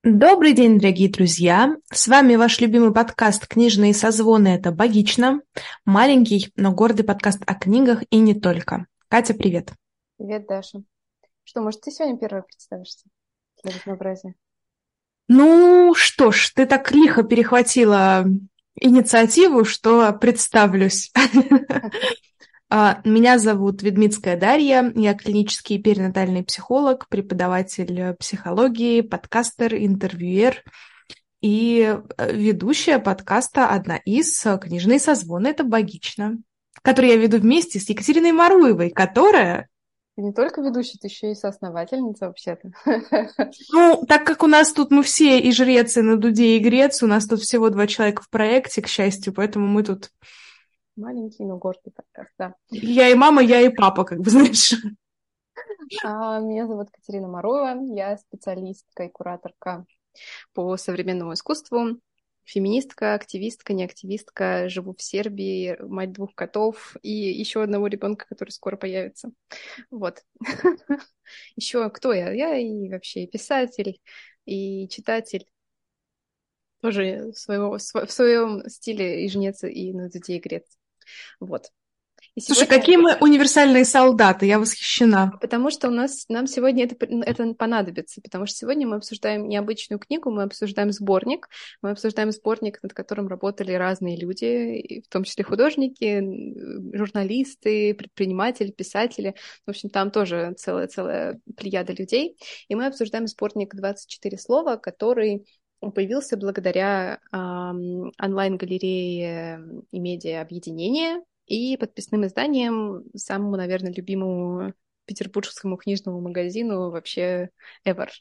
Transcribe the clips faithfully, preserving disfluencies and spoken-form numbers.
Добрый день, дорогие друзья! С вами ваш любимый подкаст «Книжные созвоны» — это «Богично». Маленький, но гордый подкаст о книгах и не только. Катя, привет! Привет, Даша. Что, может, ты сегодня первая представишься для разнообразия? Ну что ж, ты так лихо перехватила инициативу, что представлюсь. А, Меня зовут Ведмицкая Дарья, я клинический перинатальный психолог, преподаватель психологии, подкастер, интервьюер и э, ведущая подкаста «Одна из э, книжные созвоны» — это «Богично», который я веду вместе с Екатериной Маруевой, которая, Ты не только ведущая, ты еще и соосновательница вообще-то. ну, так как у нас тут мы все и жрец, и на дуде, и грец, у нас тут всего два человека в проекте, к счастью, поэтому мы тут Маленький, но гордый подкаст, да. я и мама, я и папа, как бы, знаешь. А, меня зовут Катерина Маруева, я специалистка и кураторка по современному искусству, феминистка, активистка, не активистка, живу в Сербии, мать двух котов и еще одного ребенка, который скоро появится. Вот. Еще кто я? Я и вообще и писатель, и читатель. Тоже своего, св- в своем стиле и жнец, и на дуде и грец. Вот. И Слушай, сегодня, какие мы универсальные солдаты, я восхищена. потому что у нас, нам сегодня это, п- это понадобится, потому что сегодня мы обсуждаем необычную книгу, мы обсуждаем сборник, мы обсуждаем сборник, над которым работали разные люди, и в том числе художники, м, журналисты, предприниматели, писатели. В общем, там тоже целая-целая плеяда людей. И мы обсуждаем сборник «двадцать четыре слова», который появился благодаря ам, онлайн-галерее и медиа-объединения и подписным изданием, самому, наверное, любимому петербургскому книжному магазину вообще ever.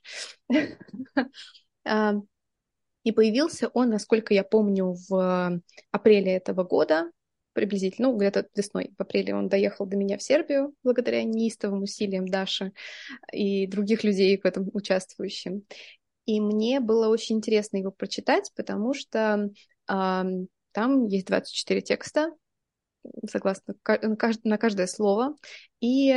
А, И появился он, насколько я помню, в апреле этого года, приблизительно, ну, где-то весной, в апреле он доехал до меня в Сербию благодаря неистовым усилиям Даши и других людей в этом участвующим. И мне было очень интересно его прочитать, потому что ам, там есть двадцать четыре текста, согласно ка- на кажд- на каждое слово, и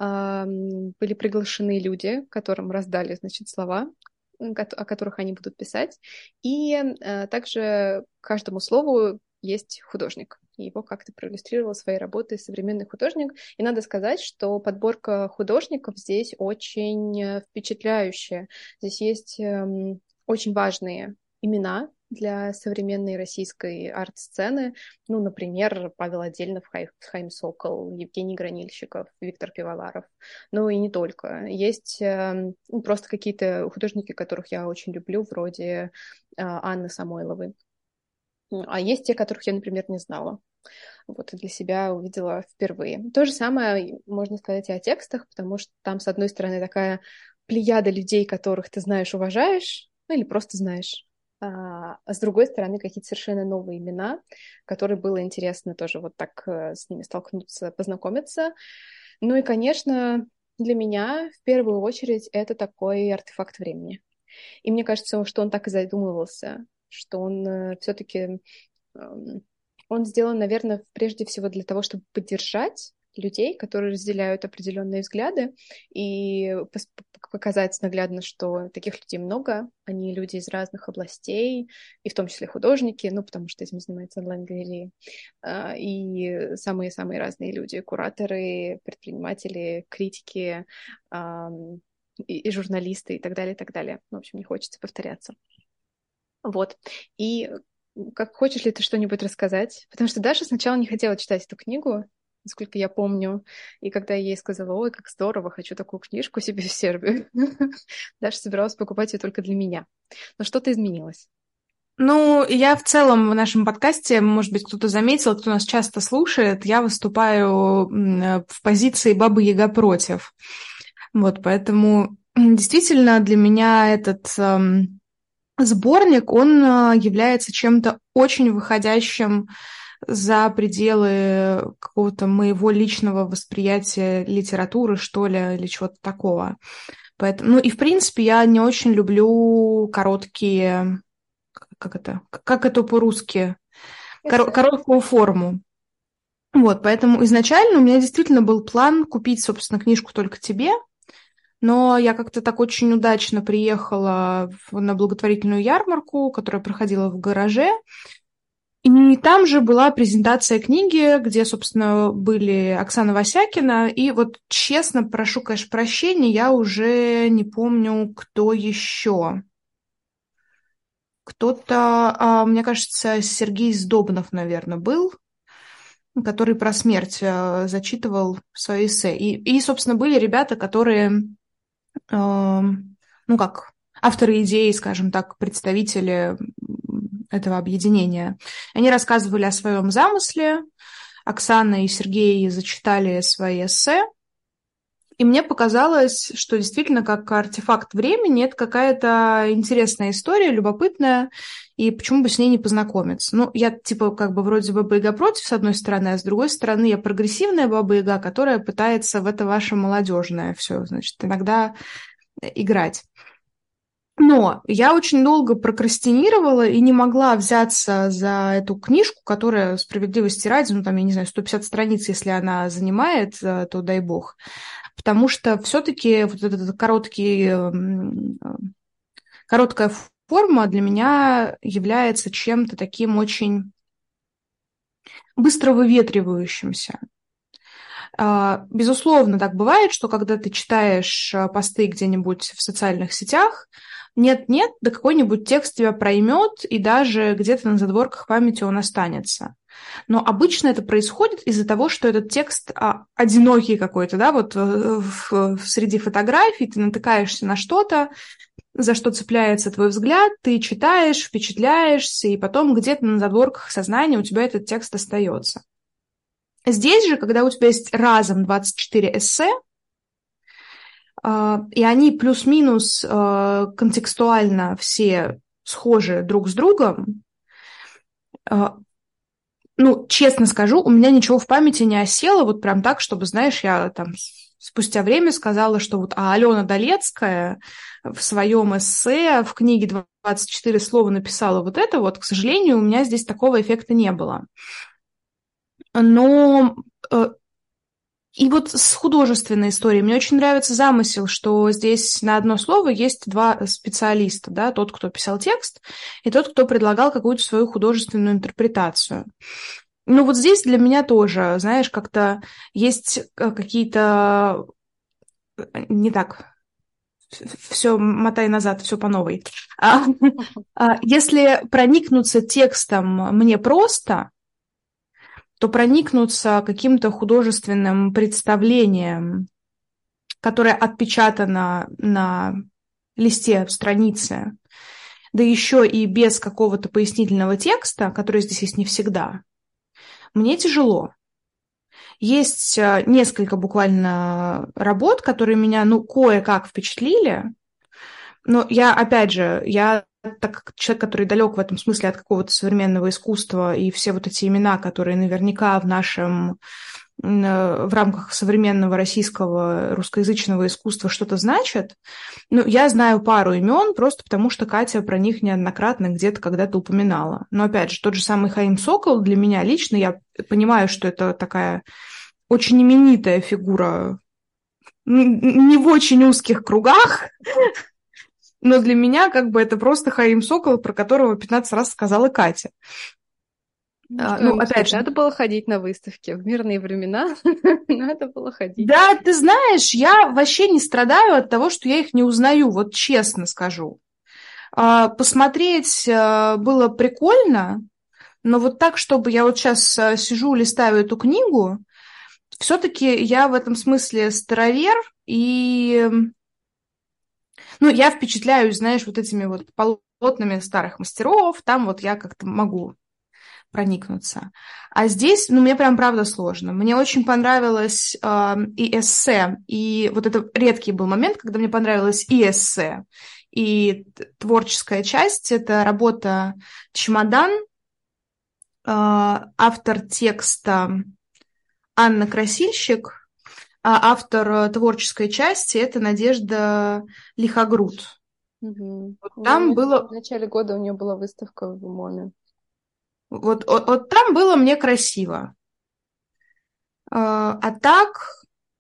ам, были приглашены люди, которым раздали, значит, слова, м, кот- о которых они будут писать, и э, также к каждому слову есть художник. И его как-то проиллюстрировал своей работой современный художник. И надо сказать, что подборка художников здесь очень э, впечатляющая. Здесь есть эм, очень важные имена для современной российской арт-сцены. Ну, например, Павел Отдельнов, Хай- Хайм Сокол, Евгений Гранильщиков, Виктор Пивоваров. Ну и не только. Есть э, ну, просто какие-то художники, которых я очень люблю, вроде э, Анны Самойловой. А есть те, которых я, например, не знала. Вот и для себя увидела впервые. То же самое можно сказать и о текстах, потому что там, с одной стороны, такая плеяда людей, которых ты знаешь, уважаешь, ну или просто знаешь. А а с другой стороны, какие-то совершенно новые имена, которые было интересно тоже вот так э, с ними столкнуться, познакомиться. Ну и, конечно, для меня в первую очередь это такой артефакт времени. И мне кажется, что он так и задумывался, что он все-таки Эм, он сделан, наверное, прежде всего для того, чтобы поддержать людей, которые разделяют определенные взгляды, и пос- показать наглядно, что таких людей много, они люди из разных областей, и в том числе художники, ну, потому что этим занимается онлайн-галерея, а, и самые-самые разные люди, кураторы, предприниматели, критики, ам, и, и журналисты, и так далее, и так далее. В общем, не хочется повторяться. Вот. И как хочешь ли ты что-нибудь рассказать? Потому что Даша сначала не хотела читать эту книгу, насколько я помню. И когда я ей сказала, ой, как здорово, хочу такую книжку себе в Сербию, Даша собиралась покупать ее только для меня. Но что-то изменилось. Ну, я в целом в нашем подкасте, может быть, кто-то заметил, кто нас часто слушает, я выступаю м, э, в позиции Бабы-Яга против. Вот, поэтому м, действительно для меня этот эм, сборник, он э, является чем-то очень выходящим за пределы какого-то моего личного восприятия литературы, что ли, или чего-то такого. Поэтому, ну и в принципе я не очень люблю короткие, как это, как это по-русски, Кор- Эссе. короткую форму. Вот, поэтому изначально у меня действительно был план купить, собственно, книжку только тебе, но я как-то так очень удачно приехала в- на благотворительную ярмарку, которая проходила в гараже. И там же была презентация книги, где, собственно, были Оксана Васякина. И вот честно прошу, конечно, прощения, я уже не помню, кто еще. Кто-то, а, мне кажется, Сергей Сдобнов, наверное, был, который про смерть а, зачитывал свое эссе. И, и, собственно, были ребята, которые, а, ну как, авторы идеи, скажем так, представители м, этого объединения. Они рассказывали о своем замысле. Оксана и Сергей зачитали свои эссе. И мне показалось, что действительно, как артефакт времени, это какая-то интересная история, любопытная, и почему бы с ней не познакомиться. Ну, я типа как бы вроде Баба-Яга против, с одной стороны, а с другой стороны, я прогрессивная Баба-Яга, которая пытается в это ваше молодежное все, значит, иногда играть. Но я очень долго прокрастинировала и не могла взяться за эту книжку, которая, справедливости ради, ну, там, я не знаю, сто пятьдесят страниц, если она занимает, то дай бог. Потому что все-таки вот этот короткий, короткая форма для меня является чем-то таким очень быстро выветривающимся. Безусловно, так бывает, что когда ты читаешь посты где-нибудь в социальных сетях, нет-нет, да какой-нибудь текст тебя проймет, и даже где-то на задворках памяти он останется. Но обычно это происходит из-за того, что этот текст а, одинокий какой-то, да, вот в, в, среди фотографий ты натыкаешься на что-то, за что цепляется твой взгляд, ты читаешь, впечатляешься, и потом где-то на задворках сознания у тебя этот текст остается. Здесь же, когда у тебя есть разом двадцать четыре эссе, и они плюс-минус контекстуально все схожи друг с другом, ну, честно скажу, у меня ничего в памяти не осело, вот прям так, чтобы, знаешь, я там спустя время сказала, что вот а Алена Долецкая в своем эссе в книге двадцать четыре слова написала вот это, вот, к сожалению, у меня здесь такого эффекта не было. Но и вот с художественной историей мне очень нравится замысел, что здесь на одно слово есть два специалиста, да, тот, кто писал текст, и тот, кто предлагал какую-то свою художественную интерпретацию. Ну вот здесь для меня тоже, знаешь, как-то есть какие-то... Не так, все мотай назад, все по новой. Если проникнуться текстом мне просто, то проникнуться каким-то художественным представлением, которое отпечатано на листе страницы, да еще и без какого-то пояснительного текста, который здесь есть не всегда, мне тяжело. Есть несколько буквально работ, которые меня, ну, кое-как впечатлили, но я, опять же, я так как человек, который далек в этом смысле от какого-то современного искусства, и все вот эти имена, которые наверняка в нашем, в рамках современного российского русскоязычного искусства что-то значат, ну, я знаю пару имен просто потому, что Катя про них неоднократно где-то когда-то упоминала. Но, опять же, тот же самый Хаим Сокол для меня лично, я понимаю, что это такая очень именитая фигура не в очень узких кругах, но для меня как бы это просто Хаим Сокол, про которого пятнадцать раз сказала Катя. Ну, а, ну опять сказать, же, надо было ходить на выставки. В мирные времена надо было ходить. Да, ты знаешь, я вообще не страдаю от того, что я их не узнаю, вот честно скажу. Посмотреть было прикольно, но вот так, чтобы я вот сейчас сижу, листаю эту книгу, все-таки я в этом смысле старовер, и ну, я впечатляюсь, знаешь, вот этими вот полотнами старых мастеров, там вот я как-то могу проникнуться. А здесь, ну, мне прям правда сложно. Мне очень понравилось э, и эссе, и вот это редкий был момент, когда мне понравилось и эссе, и творческая часть. Это работа «Чемодан», э, автор текста Анна Красильщик, а автор творческой части — это Надежда Лихогруд. Угу. Вот там ну, было... В начале года у нее была выставка в МОМе. Вот, вот, вот там было мне красиво. А, а так...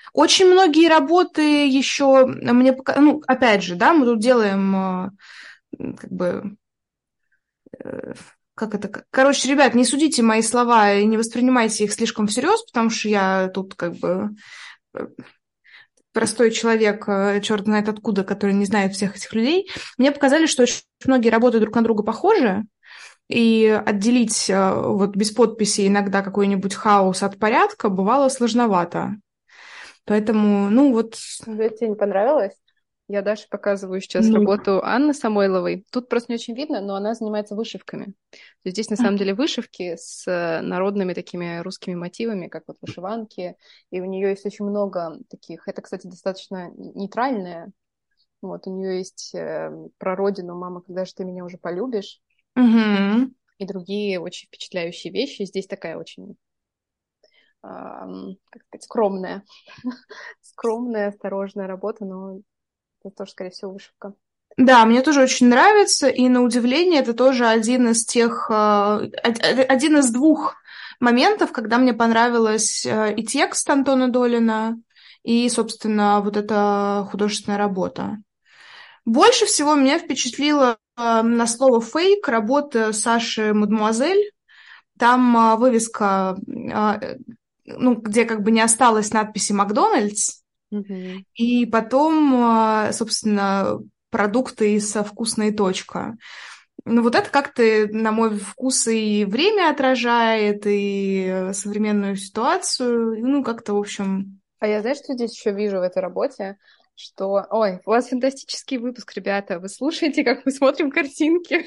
Очень многие работы еще мне пока, ну, опять же, да, мы тут делаем э, как бы, э, как это, к- короче, ребят, не судите мои слова и не воспринимайте их слишком всерьез, потому что я тут как бы э, простой человек, э, черт знает откуда, который не знает всех этих людей. Мне показали, что очень многие работы друг на друга похожи, и отделить э, вот без подписи иногда какой-нибудь хаос от порядка бывало сложновато. Поэтому, ну вот, Тебе не понравилось? Я Даше показываю сейчас ну, работу Анны Самойловой. Тут просто не очень видно, но она занимается вышивками. То есть здесь на самом деле вышивки с э, народными такими русскими мотивами, как вот вышиванки. И у нее есть очень много таких. Это, кстати, достаточно нейтральное. Вот у нее есть э, про родину «Мама, когда же ты меня уже полюбишь?» угу. и другие очень впечатляющие вещи. Здесь такая очень, ам, как сказать, скромная, скромная, осторожная работа, но это тоже, скорее всего, вышивка. Да, мне тоже очень нравится, и на удивление это тоже один из тех, э, од- один из двух моментов, когда мне понравилось э, и текст Антона Долина, и, собственно, вот эта художественная работа. Больше всего меня впечатлила э, на слово «фейк» работа Саши Мадемуазель. Там э, вывеска, э, ну, где как бы не осталось надписи «Макдональдс», Мгм. и потом, э, собственно, продукты из со «Вкусная точка». Ну, вот это как-то, на мой вкус, и время отражает, и э, современную ситуацию. Ну, как-то, в общем... А я, знаешь, что здесь еще вижу в этой работе? Что, ой, у вас фантастический выпуск, ребята. Вы слушаете, как мы смотрим картинки.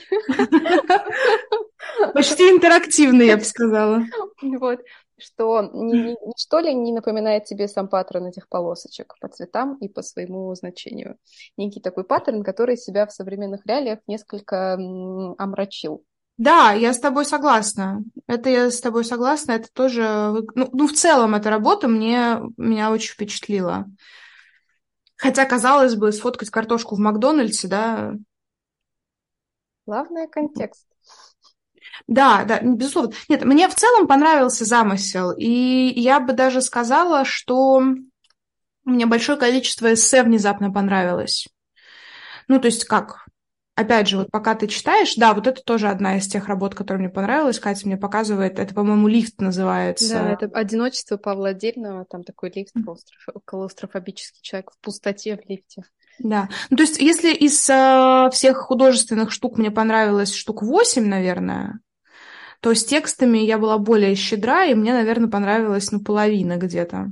Почти интерактивный, я бы сказала. Вот. Что ни- ни- ничто ли не напоминает тебе сам паттерн этих полосочек по цветам и по своему значению? Некий такой паттерн, который себя в современных реалиях несколько м, омрачил. Да, я с тобой согласна. Это я с тобой согласна. Это тоже... Ну, ну, в целом, эта работа мне, меня очень впечатлила. Хотя, казалось бы, сфоткать картошку в Макдональдсе, да... Главное — контекст. Да, да, безусловно. Нет, мне в целом понравился замысел. И я бы даже сказала, что мне большое количество эссе внезапно понравилось. Ну, то есть как? Опять же, вот пока ты читаешь, да, вот это тоже одна из тех работ, которая мне понравилась. Катя мне показывает, это, по-моему, «Лифт» Да, называется. это «Одиночество» Павла Отдельного, там такой лифт, клаустроф- клаустрофобический человек в пустоте в лифте. Да. Ну, то есть, если из э, всех художественных штук мне понравилось штук восемь, наверное, то с текстами я была более щедра, и мне, наверное, понравилось, ну, половина где-то.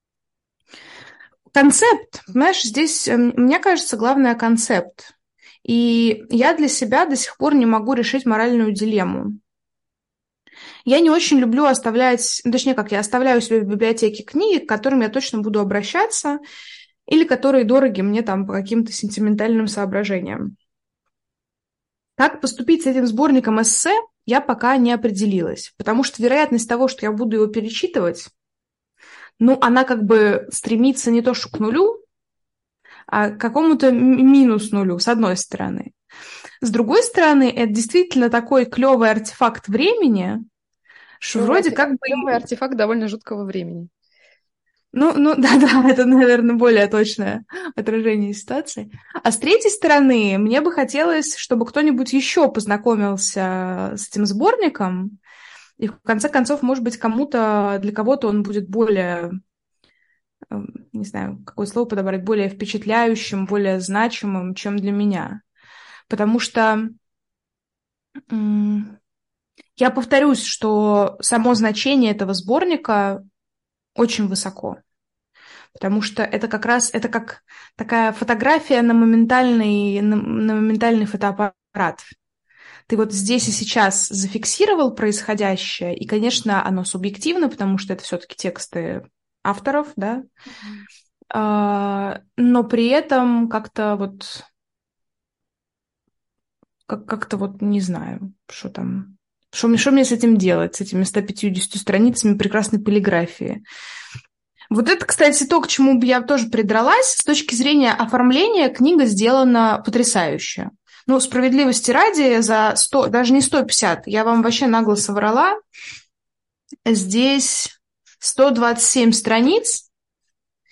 Концепт, знаешь, здесь, э, мне кажется, главное концепт. И я для себя до сих пор не могу решить моральную дилемму. Я не очень люблю оставлять, ну, точнее, как я оставляю себе в библиотеке книги, к которым я точно буду обращаться, или которые дороги мне там по каким-то сентиментальным соображениям. Как поступить с этим сборником эссе, я пока не определилась, потому что вероятность того, что я буду его перечитывать, ну, она как бы стремится не то что к нулю, а к какому-то м- минус нулю, с одной стороны. С другой стороны, это действительно такой клевый артефакт времени, что Клевый вроде артефакт, как бы... клевый артефакт довольно жуткого времени. Ну, ну да-да, это, наверное, более точное отражение ситуации. А с третьей стороны, мне бы хотелось, чтобы кто-нибудь еще познакомился с этим сборником, и в конце концов, может быть, кому-то, для кого-то он будет более, э, не знаю, какое слово подобрать, более впечатляющим, более значимым, чем для меня. Потому что м, я повторюсь, что само значение этого сборника очень высоко. Потому что это как раз, это как такая фотография на моментальный, на, на моментальный фотоаппарат. Ты вот здесь и сейчас зафиксировал происходящее, и, конечно, оно субъективно, потому что это все-таки тексты авторов, да, Мгм. а, но при этом как-то вот, как- как-то вот не знаю, что там, что мне, что мне с этим делать, с этими ста пятьюдесятью страницами прекрасной полиграфии. Вот это, кстати, то, к чему бы я тоже придралась. С точки зрения оформления книга сделана потрясающе. Ну, справедливости ради, за сто, даже не сто пятьдесят, я вам вообще нагло соврала. Здесь сто двадцать семь страниц,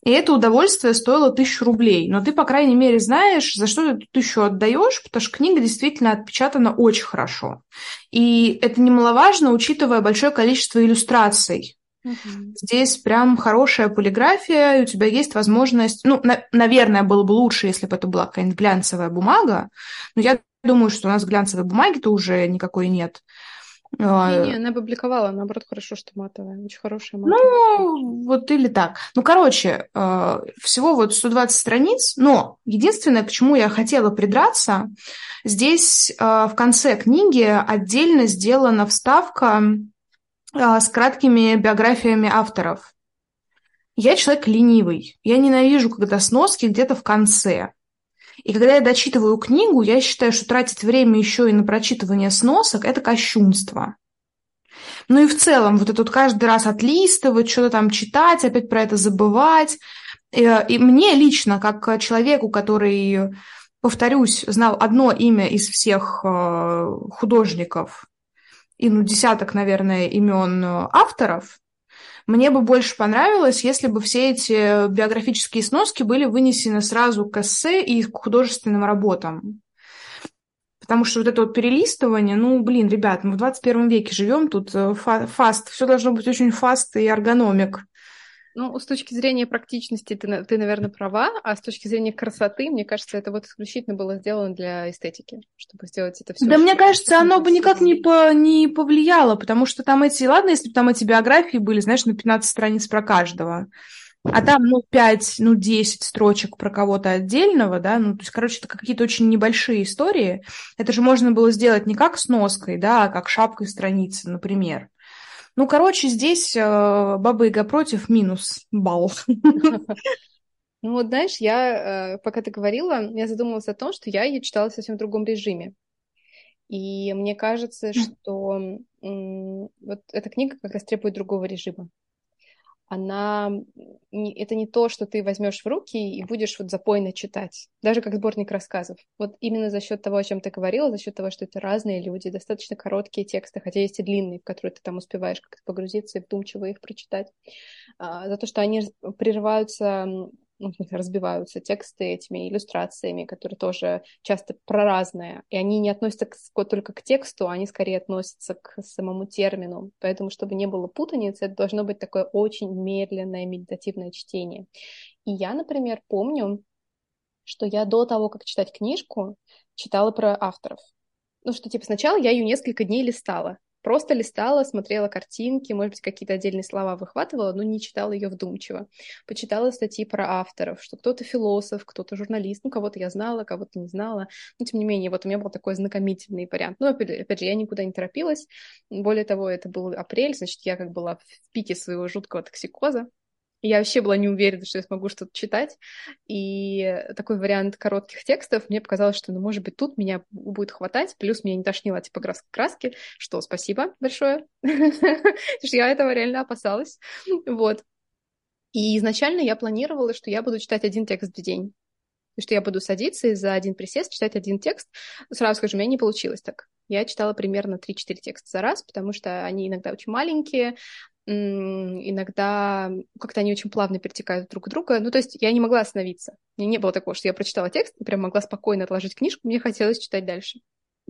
И это удовольствие стоило тысячу рублей. Но ты, по крайней мере, знаешь, за что ты эту тысячу отдаешь, потому что книга действительно отпечатана очень хорошо. И это немаловажно, учитывая большое количество иллюстраций. Мгм. Здесь прям хорошая полиграфия, и у тебя есть возможность... Ну, на- наверное, было бы лучше, если бы это была какая-нибудь глянцевая бумага, но я думаю, что у нас глянцевой бумаги-то уже никакой нет. Не-не, А, она публиковала, наоборот, хорошо, что матовая. Очень хорошая матовая. Ну, вот или так. Ну, короче, э, всего вот сто двадцать страниц, но единственное, к чему я хотела придраться, здесь э, в конце книги отдельно сделана вставка э, с краткими биографиями авторов. Я человек ленивый. Я ненавижу, когда сноски где-то в конце. И когда я дочитываю книгу, я считаю, что тратить время еще и на прочитывание сносок – это кощунство. Ну и в целом, вот это вот каждый раз отлистывать, что-то там читать, опять про это забывать. И, и мне лично, как человеку, который, повторюсь, знал одно имя из всех э, художников и, ну, десяток, наверное, имен авторов, мне бы больше понравилось, если бы все эти биографические сноски были вынесены сразу к эссе и к художественным работам. Потому что вот это вот перелистывание, ну, блин, ребят, мы в двадцать первом веке живем, тут э, фа- фаст, все должно быть очень фаст и эргономик. Ну, с точки зрения практичности ты, на- ты, наверное, права, а с точки зрения красоты, мне кажется, это вот исключительно было сделано для эстетики, чтобы сделать это все Да мне очень, кажется, очень оно бы никак не, красиво. по, не повлияло, потому что там эти, ладно, если бы там эти биографии были, знаешь, на пятнадцать страниц про каждого, а там, ну, пять, ну, десять строчек про кого-то отдельного, да, ну, то есть, короче, это какие-то очень небольшие истории. Это же можно было сделать не как сноской, да, а как шапкой страницы, например. Ну, короче, здесь э, Баба Яга против минус балл. Ну вот, знаешь, я, э, пока ты говорила, я задумалась о том, что я ее читала в совсем другом режиме. И мне кажется, что м, вот эта книга как раз требует другого режима. Она не- это не то, что ты возьмешь в руки и будешь вот запойно читать, даже как сборник рассказов. Вот именно за счет того, о чем ты говорила, за счет того, что это разные люди, достаточно короткие тексты, хотя есть и длинные, в которые ты там успеваешь как-то погрузиться и вдумчиво их прочитать. А, за то, что они раз- прерываются, м, ну, в смысле, разбиваются тексты этими иллюстрациями, которые тоже часто про разное, и они не относятся к- ско- только к тексту, они скорее относятся к самому термину. Поэтому, чтобы не было путаницы, это должно быть такое очень медленное медитативное чтение. И я, например, помню, что я до того, как читать книжку, читала про авторов. Ну, что, типа, сначала я ее несколько дней листала. Просто листала, смотрела картинки, может быть, какие-то отдельные слова выхватывала, но не читала ее вдумчиво. Почитала статьи про авторов, что кто-то философ, кто-то журналист, ну, кого-то я знала, кого-то не знала. Но, тем не менее, вот у меня был такой знакомительный вариант. Ну, опять, опять же, я никуда не торопилась. Более того, это был апрель, значит, я как была в пике своего жуткого токсикоза. Я вообще была не уверена, что я смогу что-то читать. И такой вариант коротких текстов, мне показалось, что, ну, может быть, тут меня будет хватать. Плюс меня не тошнило типа крас- краски, что спасибо большое. Потому что я этого реально опасалась. Вот. И изначально я планировала, что я буду читать один текст в день. И что я буду садиться и за один присест читать один текст. Сразу скажу, у меня не получилось так. Я читала примерно три-четыре текста за раз, потому что они иногда очень маленькие, иногда как-то они очень плавно перетекают друг в друга. Ну, то есть я не могла остановиться. У меня не было такого, что я прочитала текст и прям могла спокойно отложить книжку, мне хотелось читать дальше.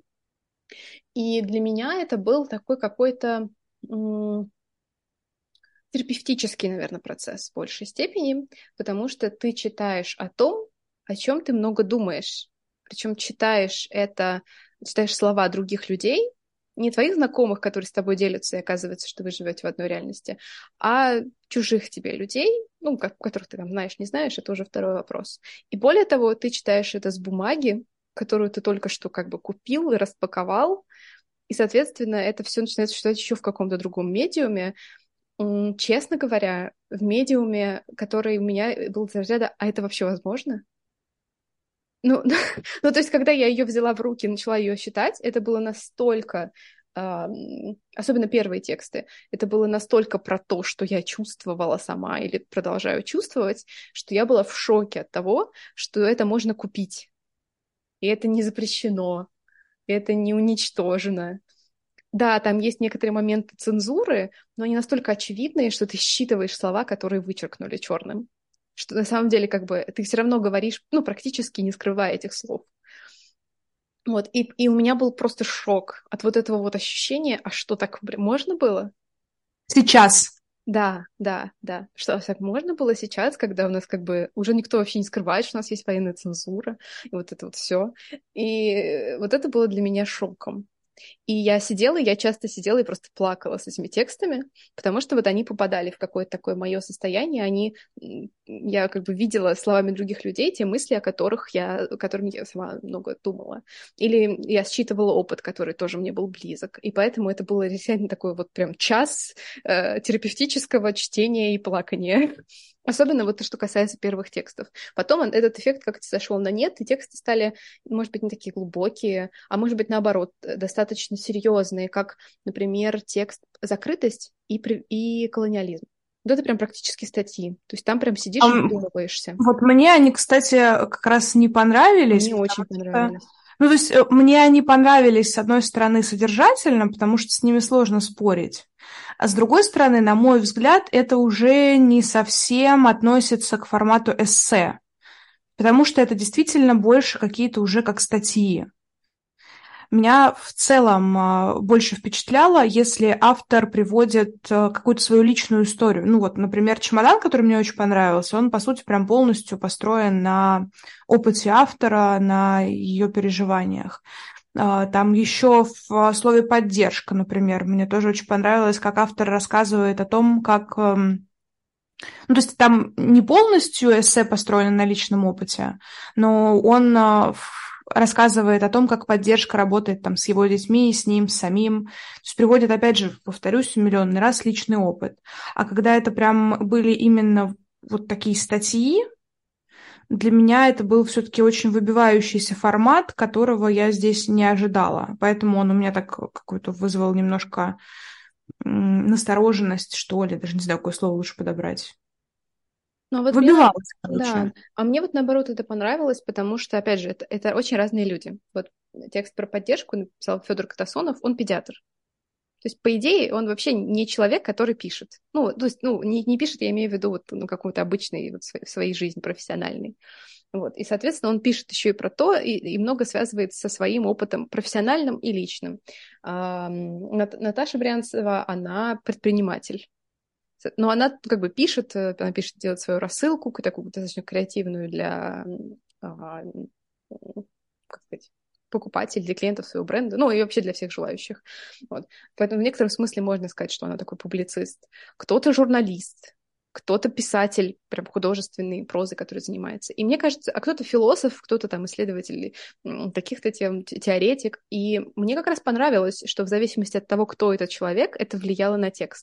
И для меня это был такой какой-то м, терапевтический, наверное, процесс в большей степени, потому что ты читаешь о том, о чем ты много думаешь. Причем читаешь это, читаешь слова других людей, не твоих знакомых, которые с тобой делятся, и оказывается, что вы живете в одной реальности, а чужих тебе людей, ну, как, которых ты там знаешь, не знаешь, это уже второй вопрос. И более того, ты читаешь это с бумаги, которую ты только что как бы купил и распаковал, и, соответственно, это все начинает читать еще в каком-то другом медиуме. М, Честно говоря, в медиуме, который у меня был из разряда, а это вообще возможно? Ну, ну, то есть, когда я ее взяла в руки, начала ее считать, это было настолько, ам, особенно первые тексты, это было настолько про то, что я чувствовала сама или продолжаю чувствовать, что я была в шоке от того, что это можно купить. И это не запрещено, и это не уничтожено. Да, там есть некоторые моменты цензуры, но они настолько очевидные, что ты считываешь слова, которые вычеркнули черным. что на самом деле как бы ты все равно говоришь, ну, практически не скрывая этих слов. Вот, и, и у меня был просто шок от вот этого вот ощущения, а что, так можно было? Сейчас. Да, да, да. Что так можно было сейчас, когда у нас как бы уже никто вообще не скрывает, что у нас есть военная цензура, и вот это вот все. И вот это было для меня шоком. И я сидела, я часто сидела и просто плакала с этими текстами, потому что вот они попадали в какое-то такое мое состояние, они, я как бы видела словами других людей те мысли, о которых я, о которых я сама много думала. Или я считывала опыт, который тоже мне был близок. И поэтому это было реально такой вот прям час э, терапевтического чтения и плакания. Особенно вот то, что касается первых текстов. Потом он, этот эффект как-то сошел на нет, и тексты стали, может быть, не такие глубокие, а может быть, наоборот, достаточно серьезные, как, например, текст «Закрытость» и, и «Колониализм». Вот это прям практически статьи. То есть там прям сидишь А, и вдумываешься. вот мне они, кстати, как раз не понравились. Мне очень понравились. Что, ну, то есть мне они понравились, с одной стороны, содержательно, потому что с ними сложно спорить. А с другой стороны, на мой взгляд, это уже не совсем относится к формату эссе, потому что это действительно больше какие-то уже как статьи. Меня в целом больше впечатляло, если автор приводит какую-то свою личную историю. Ну вот, например, «Чемодан», который мне очень понравился, он, по сути, прям полностью построен на опыте автора, на ее переживаниях. Там еще в слове «поддержка», например, мне тоже очень понравилось, как автор рассказывает о том, как... Ну, то есть там не полностью эссе построено на личном опыте, но он рассказывает о том, как поддержка работает там с его детьми, с ним, с самим. То есть приводит, опять же, повторюсь, миллионный раз личный опыт. А когда это прям были именно вот такие статьи, для меня это был все-таки очень выбивающийся формат, которого я здесь не ожидала. Поэтому он у меня так какой-то вызвал немножко настороженность, что ли, даже не знаю, какое слово лучше подобрать. Ну, вот Выбивалось, мне, короче. да, а мне вот наоборот это понравилось, потому что, опять же, это, это очень разные люди. Вот текст про поддержку написал Федор Катасонов, он педиатр. То есть, по идее, он вообще не человек, который пишет. Ну, то есть, ну, не, не пишет, я имею в виду вот, ну, какой-то обычный вот, в своей жизни профессиональный. Вот. И, соответственно, он пишет еще и про то, и, и много связывает со своим опытом профессиональным и личным. А, Наташа Брянцева, она предприниматель. Но она как бы пишет, она пишет, делает свою рассылку, такую достаточно креативную для, как сказать, покупателей, для клиентов своего бренда, ну и вообще для всех желающих. Вот. Поэтому в некотором смысле можно сказать, что она такой публицист. Кто-то журналист, кто-то писатель, прям художественной прозы, который занимается. И мне кажется, а кто-то философ, кто-то там исследователь каких-то тем, теоретик. И мне как раз понравилось, что в зависимости от того, кто этот человек, это влияло на текст.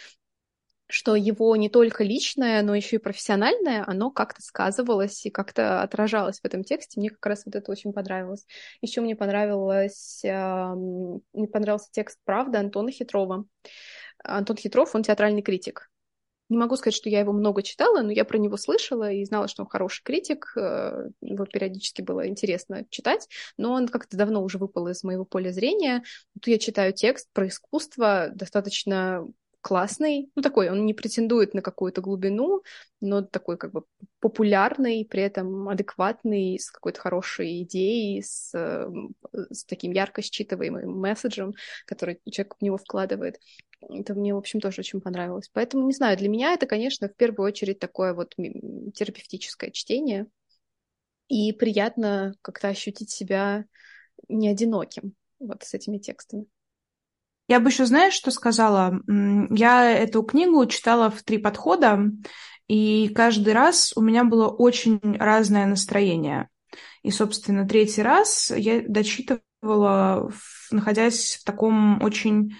Что его не только личное, но еще и профессиональное, оно как-то сказывалось и как-то отражалось в этом тексте. Мне как раз вот это очень понравилось. Еще мне понравилось, э, мне понравился текст «Правда» Антона Хитрова. Антон Хитров, он театральный критик. Не могу сказать, что я его много читала, но я про него слышала и знала, что он хороший критик. Его периодически было интересно читать, но он как-то давно уже выпал из моего поля зрения. Тут я читаю текст про искусство, достаточно классный, ну такой, он не претендует на какую-то глубину, но такой как бы популярный, при этом адекватный, с какой-то хорошей идеей, с, с таким ярко считываемым месседжем, который человек в него вкладывает. Это мне, в общем, тоже очень понравилось. Поэтому, не знаю, для меня это, конечно, в первую очередь такое вот терапевтическое чтение, и приятно как-то ощутить себя не одиноким вот с этими текстами. Я бы еще, знаешь, что сказала? Я эту книгу читала в три подхода, и каждый раз у меня было очень разное настроение. И, собственно, третий раз я дочитывала, находясь в таком очень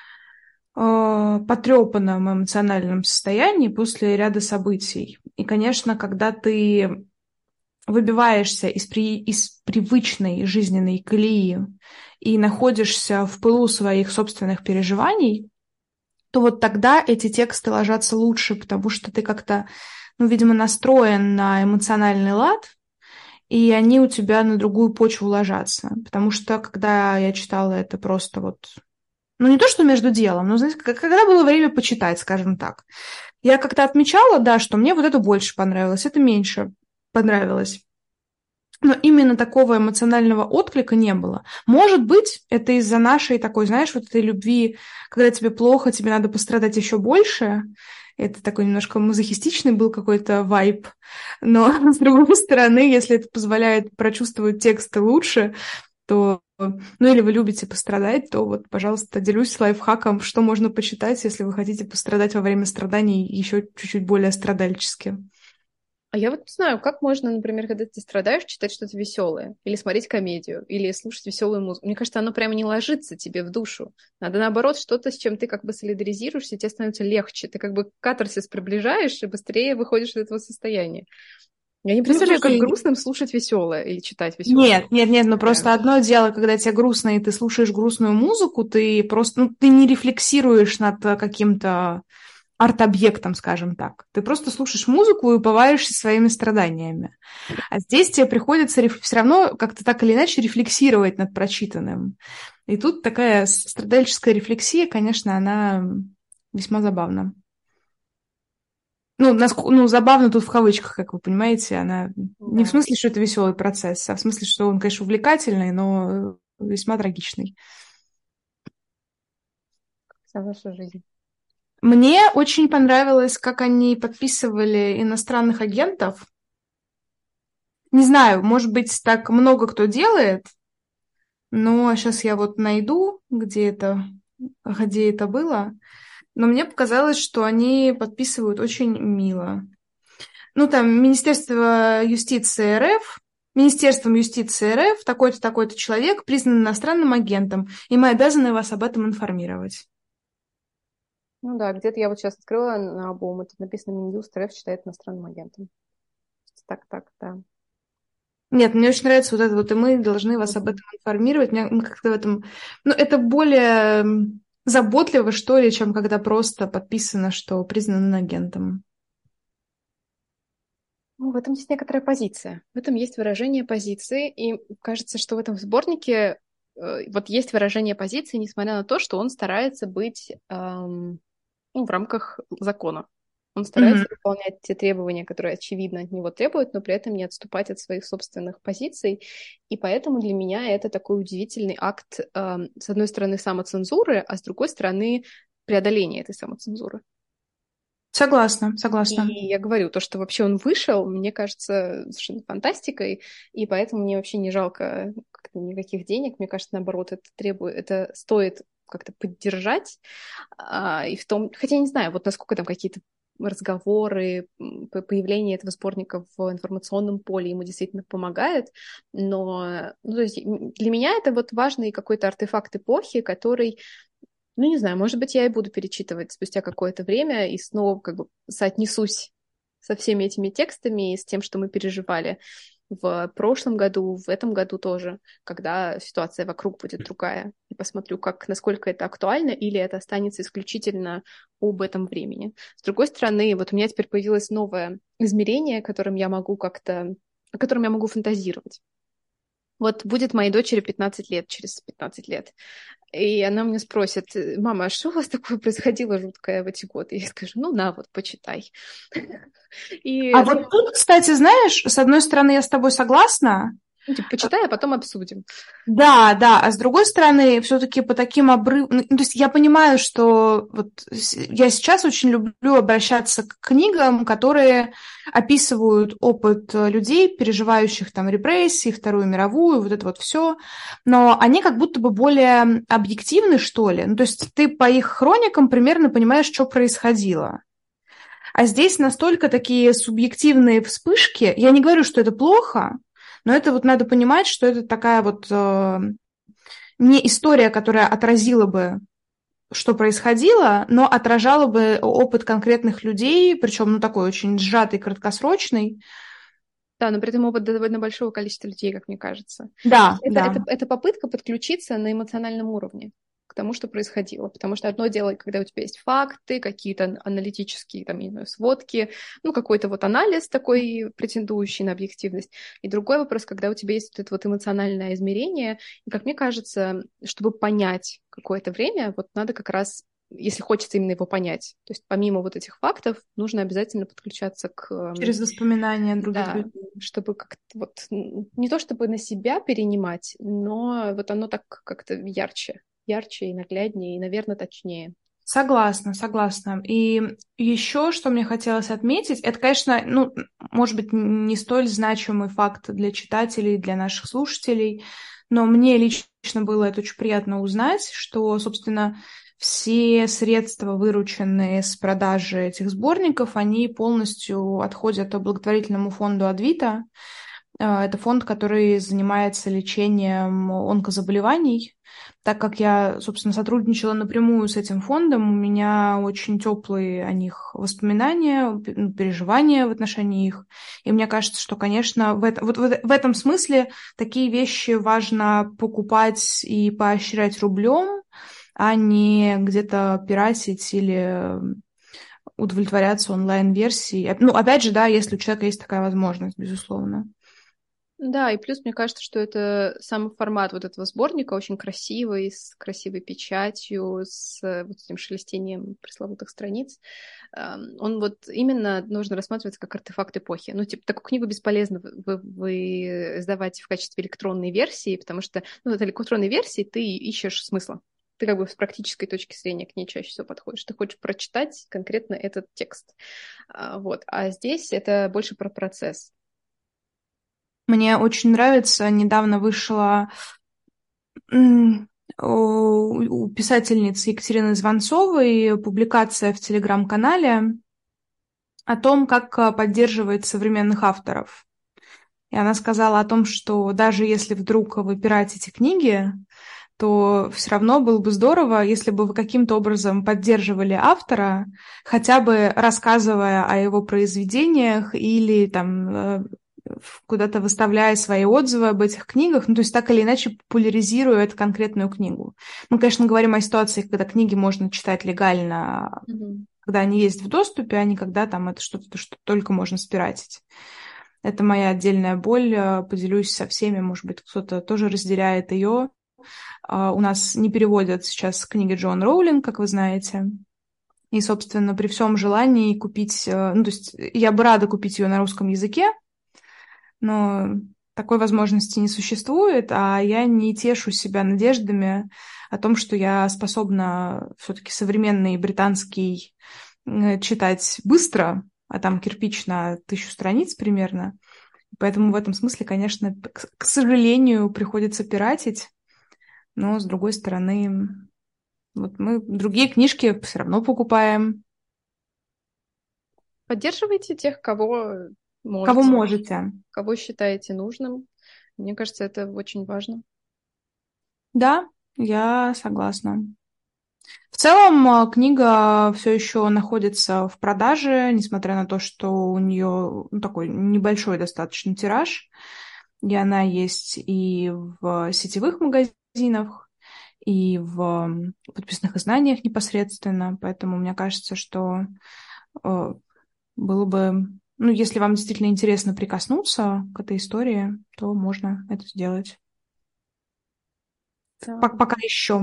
э, потрепанном эмоциональном состоянии после ряда событий. И, конечно, когда ты выбиваешься из, при, из привычной жизненной колеи и находишься в пылу своих собственных переживаний, то вот тогда эти тексты ложатся лучше, потому что ты как-то, ну, видимо, настроен на эмоциональный лад, и они у тебя на другую почву ложатся. Потому что, когда я читала это просто вот, Ну, не то, что между делом, но, знаете, когда было время почитать, скажем так. Я как-то отмечала, да, что мне вот это больше понравилось, это меньше понравилось. Но именно такого эмоционального отклика не было. Может быть, это из-за нашей такой, знаешь, вот этой любви, когда тебе плохо, тебе надо пострадать еще больше. Это такой немножко мазохистичный был какой-то вайб. Но, с другой стороны, если это позволяет прочувствовать тексты лучше, то, ну или вы любите пострадать, то вот, пожалуйста, делюсь лайфхаком, что можно почитать, если вы хотите пострадать во время страданий еще чуть-чуть более страдальчески. А я вот не знаю, как можно, например, когда ты страдаешь, читать что-то веселое, или смотреть комедию, или слушать веселую музыку. Мне кажется, оно прямо не ложится тебе в душу. Надо, наоборот, что-то, с чем ты как бы солидаризируешься, и тебе становится легче. Ты как бы катарсис приближаешь и быстрее выходишь из этого состояния. Я не Ну, представляю, как слушай, грустным слушать веселое или читать веселое. нет, нет, нет, ну просто одно дело, когда тебе грустно, и ты слушаешь грустную музыку, ты просто, ну, ты не рефлексируешь над каким-то арт-объектом, скажем так. Ты просто слушаешь музыку и упиваешься своими страданиями. А здесь тебе приходится реф... все равно как-то так или иначе рефлексировать над прочитанным. И тут такая страдальческая рефлексия, конечно, она весьма забавна. Ну, наск- ну, забавно тут в кавычках, как вы понимаете, она не в Да, смысле, что это веселый процесс, а в смысле, что он, конечно, увлекательный, но весьма трагичный. вся наша жизнь. Мне очень понравилось, как они подписывали иностранных агентов. Не знаю, может быть, так много кто делает, но сейчас я вот найду, где это, где это было. Но мне показалось, что они подписывают очень мило. Ну, там, Министерство юстиции РФ, Министерством юстиции РФ, такой-то, такой-то человек признан иностранным агентом, и мы обязаны вас об этом информировать. Ну да, где-то я вот сейчас открыла на обум, и тут написано Минюст РФ считает иностранным агентом. Так, так, да. Нет, мне очень нравится вот это вот, и мы должны вас об Мгм. этом информировать. Мне мы как-то в этом... Ну, это более м, заботливо, что ли, чем когда просто подписано, что признан агентом. Ну, в этом есть некоторая позиция. В этом есть выражение позиции, и кажется, что в этом сборнике э, вот есть выражение позиции, несмотря на то, что он старается быть эм, ну, в рамках закона. Он Мгм. старается выполнять те требования, которые, очевидно, от него требуют, но при этом не отступать от своих собственных позиций. И поэтому для меня это такой удивительный акт, эм, с одной стороны, самоцензуры, а с другой стороны, преодоления этой самоцензуры. Согласна, И согласна. я говорю, то, что вообще он вышел, мне кажется совершенно фантастикой, и поэтому мне вообще не жалко как-то никаких денег. Мне кажется, наоборот, это требует, это стоит как-то поддержать. А, и в том, хотя я не знаю, вот насколько там какие-то разговоры, м, по- появление этого сборника в информационном поле ему действительно помогает, но ну, то есть м, для меня это вот важный какой-то артефакт эпохи, который ну, не знаю, может быть, я и буду перечитывать спустя какое-то время и снова как бы соотнесусь со всеми этими текстами и с тем, что мы переживали в прошлом году, в этом году тоже, когда ситуация вокруг будет другая. И посмотрю, как, насколько это актуально, или это останется исключительно об этом времени. С другой стороны, вот у меня теперь появилось новое измерение, которым я могу как-то, о котором я могу фантазировать. Вот будет моей дочери пятнадцать лет, через пятнадцать лет. И она мне спросит: мама, а что у вас такое происходило жуткое в эти годы? Я скажу: ну на, вот, почитай. А И, вот тут, кстати, знаешь, с одной стороны, я с тобой согласна. ну, типа, почитай, а потом обсудим. Да, да, а с другой стороны, все-таки по таким обрывам... Ну, то есть я понимаю, что вот с- я сейчас очень люблю обращаться к книгам, которые описывают опыт э, людей, переживающих там репрессии, Вторую мировую, вот это вот все, но они как будто бы более объективны, что ли. Ну, то есть ты по их хроникам примерно понимаешь, что происходило. А здесь настолько такие субъективные вспышки. Я не говорю, что это плохо, но это вот надо понимать, что это такая вот э, не история, которая отразила бы, что происходило, но отражала бы опыт конкретных людей, причем, ну, такой очень сжатый, краткосрочный. Да, но при этом опыт довольно большого количества людей, как мне кажется. Да, Это, да. это, это попытка подключиться на эмоциональном уровне к тому, что происходило. Потому что одно дело, когда у тебя есть факты, какие-то аналитические, там, не знаю, сводки, ну, какой-то вот анализ такой, претендующий на объективность. И другой вопрос, когда у тебя есть вот это вот эмоциональное измерение. И, как мне кажется, чтобы понять какое-то время, вот надо как раз, если хочется именно его понять. То есть помимо вот этих фактов, нужно обязательно подключаться к... Через воспоминания других Да, людей. чтобы как-то вот... Не то чтобы на себя перенимать, но вот оно так как-то ярче. Ярче и нагляднее, и, наверное, точнее. Согласна, согласна. И еще, что мне хотелось отметить, это, конечно, ну, может быть, не столь значимый факт для читателей, для наших слушателей, но мне лично было это очень приятно узнать, что, собственно, все средства, вырученные с продажи этих сборников, они полностью отходят благотворительному фонду Адвита. Это фонд, который занимается лечением онкозаболеваний. Так как я, собственно, сотрудничала напрямую с этим фондом, у меня очень теплые о них воспоминания, переживания в отношении их. И мне кажется, что, конечно, в, это, вот в этом смысле такие вещи важно покупать и поощрять рублем, а не где-то пиратить или удовлетворяться онлайн-версией. Ну, опять же, да, если у человека есть такая возможность, безусловно. Да, и плюс мне кажется, что это сам формат вот этого сборника очень красивый, с красивой печатью, с вот этим шелестением пресловутых страниц. Он вот именно нужно рассматриваться как артефакт эпохи. Ну, типа, такую книгу бесполезно вы, вы сдавать в качестве электронной версии, потому что, ну, в этой электронной версии ты ищешь смысла. Ты как бы с практической точки зрения к ней чаще всего подходишь. Ты хочешь прочитать конкретно этот текст. Вот. А здесь это больше про процесс. Мне очень нравится, недавно вышла у писательницы Екатерины Звонцовой публикация в Телеграм-канале о том, как поддерживать современных авторов. И она сказала о том, что даже если вдруг вы пиратите книги, то все равно было бы здорово, если бы вы каким-то образом поддерживали автора, хотя бы рассказывая о его произведениях или там куда-то выставляя свои отзывы об этих книгах, ну, то есть так или иначе популяризируя эту конкретную книгу. Мы, конечно, говорим о ситуации, когда книги можно читать легально, mm-hmm. когда они есть в доступе, а не когда там это что-то, что только можно спиратить. Это моя отдельная боль, поделюсь со всеми, может быть, кто-то тоже разделяет ее. У нас не переводят сейчас книги Джоан Роулинг, как вы знаете. И, собственно, при всем желании купить... Ну, то есть я бы рада купить ее на русском языке, но такой возможности не существует, а я не тешу себя надеждами о том, что я способна все-таки современный британский читать быстро, а там кирпич на тысячу страниц примерно. Поэтому в этом смысле, конечно, к сожалению, приходится пиратить, но, с другой стороны, вот мы другие книжки все равно покупаем. Поддерживайте тех, кого можете. Кого можете. Кого считаете нужным. Мне кажется, это очень важно. Да, я согласна. В целом, книга все еще находится в продаже, несмотря на то, что у нее ну, такой небольшой достаточно тираж. И она есть и в сетевых магазинах, и в подписных изданиях непосредственно. Поэтому мне кажется, что э, было бы... Ну, если вам действительно интересно прикоснуться к этой истории, то можно это сделать. Да. Пока еще.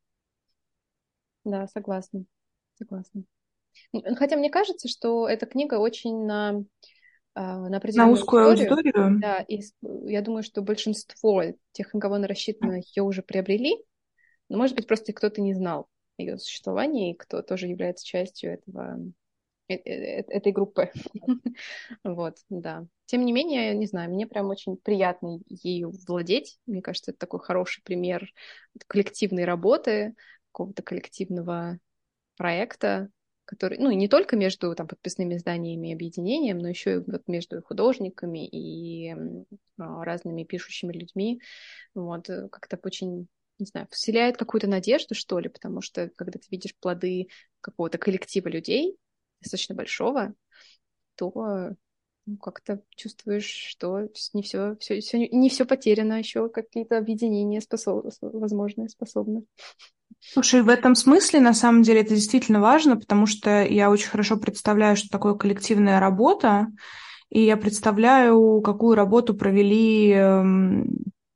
Да, согласна. Согласна. Хотя мне кажется, что эта книга очень на, на определенную на узкую аудиторию. аудиторию. Да, и я думаю, что большинство тех, на кого она рассчитана, ее уже приобрели. Но, может быть, просто кто-то не знал о ее существовании, кто тоже является частью этого, этой группы. Вот, да. Тем не менее, не знаю, мне прям очень приятно ею владеть. Мне кажется, это такой хороший пример коллективной работы, какого-то коллективного проекта, который, ну, не только между там, подписными изданиями и объединением, но еще и вот между художниками и разными пишущими людьми. Вот, как-то очень, не знаю, вселяет какую-то надежду, что ли, потому что когда ты видишь плоды какого-то коллектива людей, достаточно большого, то, ну, как-то чувствуешь, что не все, все, все, не все потеряно, еще какие-то объединения способ, возможные, способны. Слушай, в этом смысле, на самом деле, это действительно важно, потому что я очень хорошо представляю, что такое коллективная работа, и я представляю, какую работу провели, эм,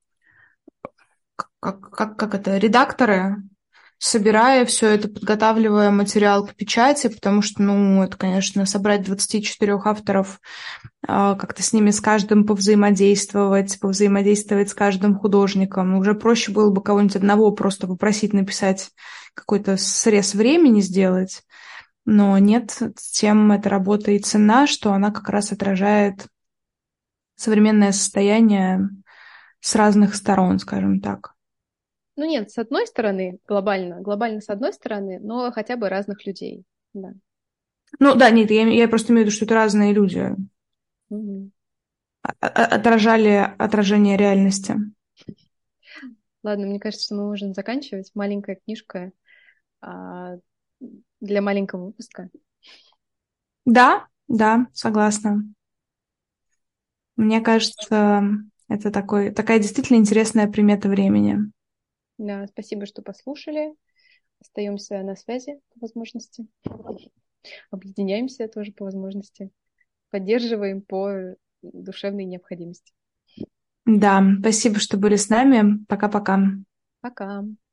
как, как, как это, редакторы, собирая все это, подготавливая материал к печати, потому что, ну, это, конечно, собрать двадцать четыре авторов, а, как-то с ними с каждым повзаимодействовать, повзаимодействовать с каждым художником. Уже проще было бы кого-нибудь одного просто попросить написать какой-то срез времени сделать, но нет, тем эта работа и цена, что она как раз отражает современное состояние с разных сторон, скажем так. Ну нет, с одной стороны, глобально, глобально с одной стороны, но хотя бы разных людей, да. Ну да, нет, я, я просто имею в виду, что это разные люди. Мгм. А- а- Отражали отражение реальности. Ладно, мне кажется, что мы можем заканчивать. Маленькая книжка а, для маленького выпуска. Да, да, согласна. Мне кажется, это такой, такая действительно интересная примета времени. Да, спасибо, что послушали. Остаемся на связи по возможности. Объединяемся тоже по возможности. Поддерживаем по душевной необходимости. Да, спасибо, что были с нами. Пока-пока. Пока.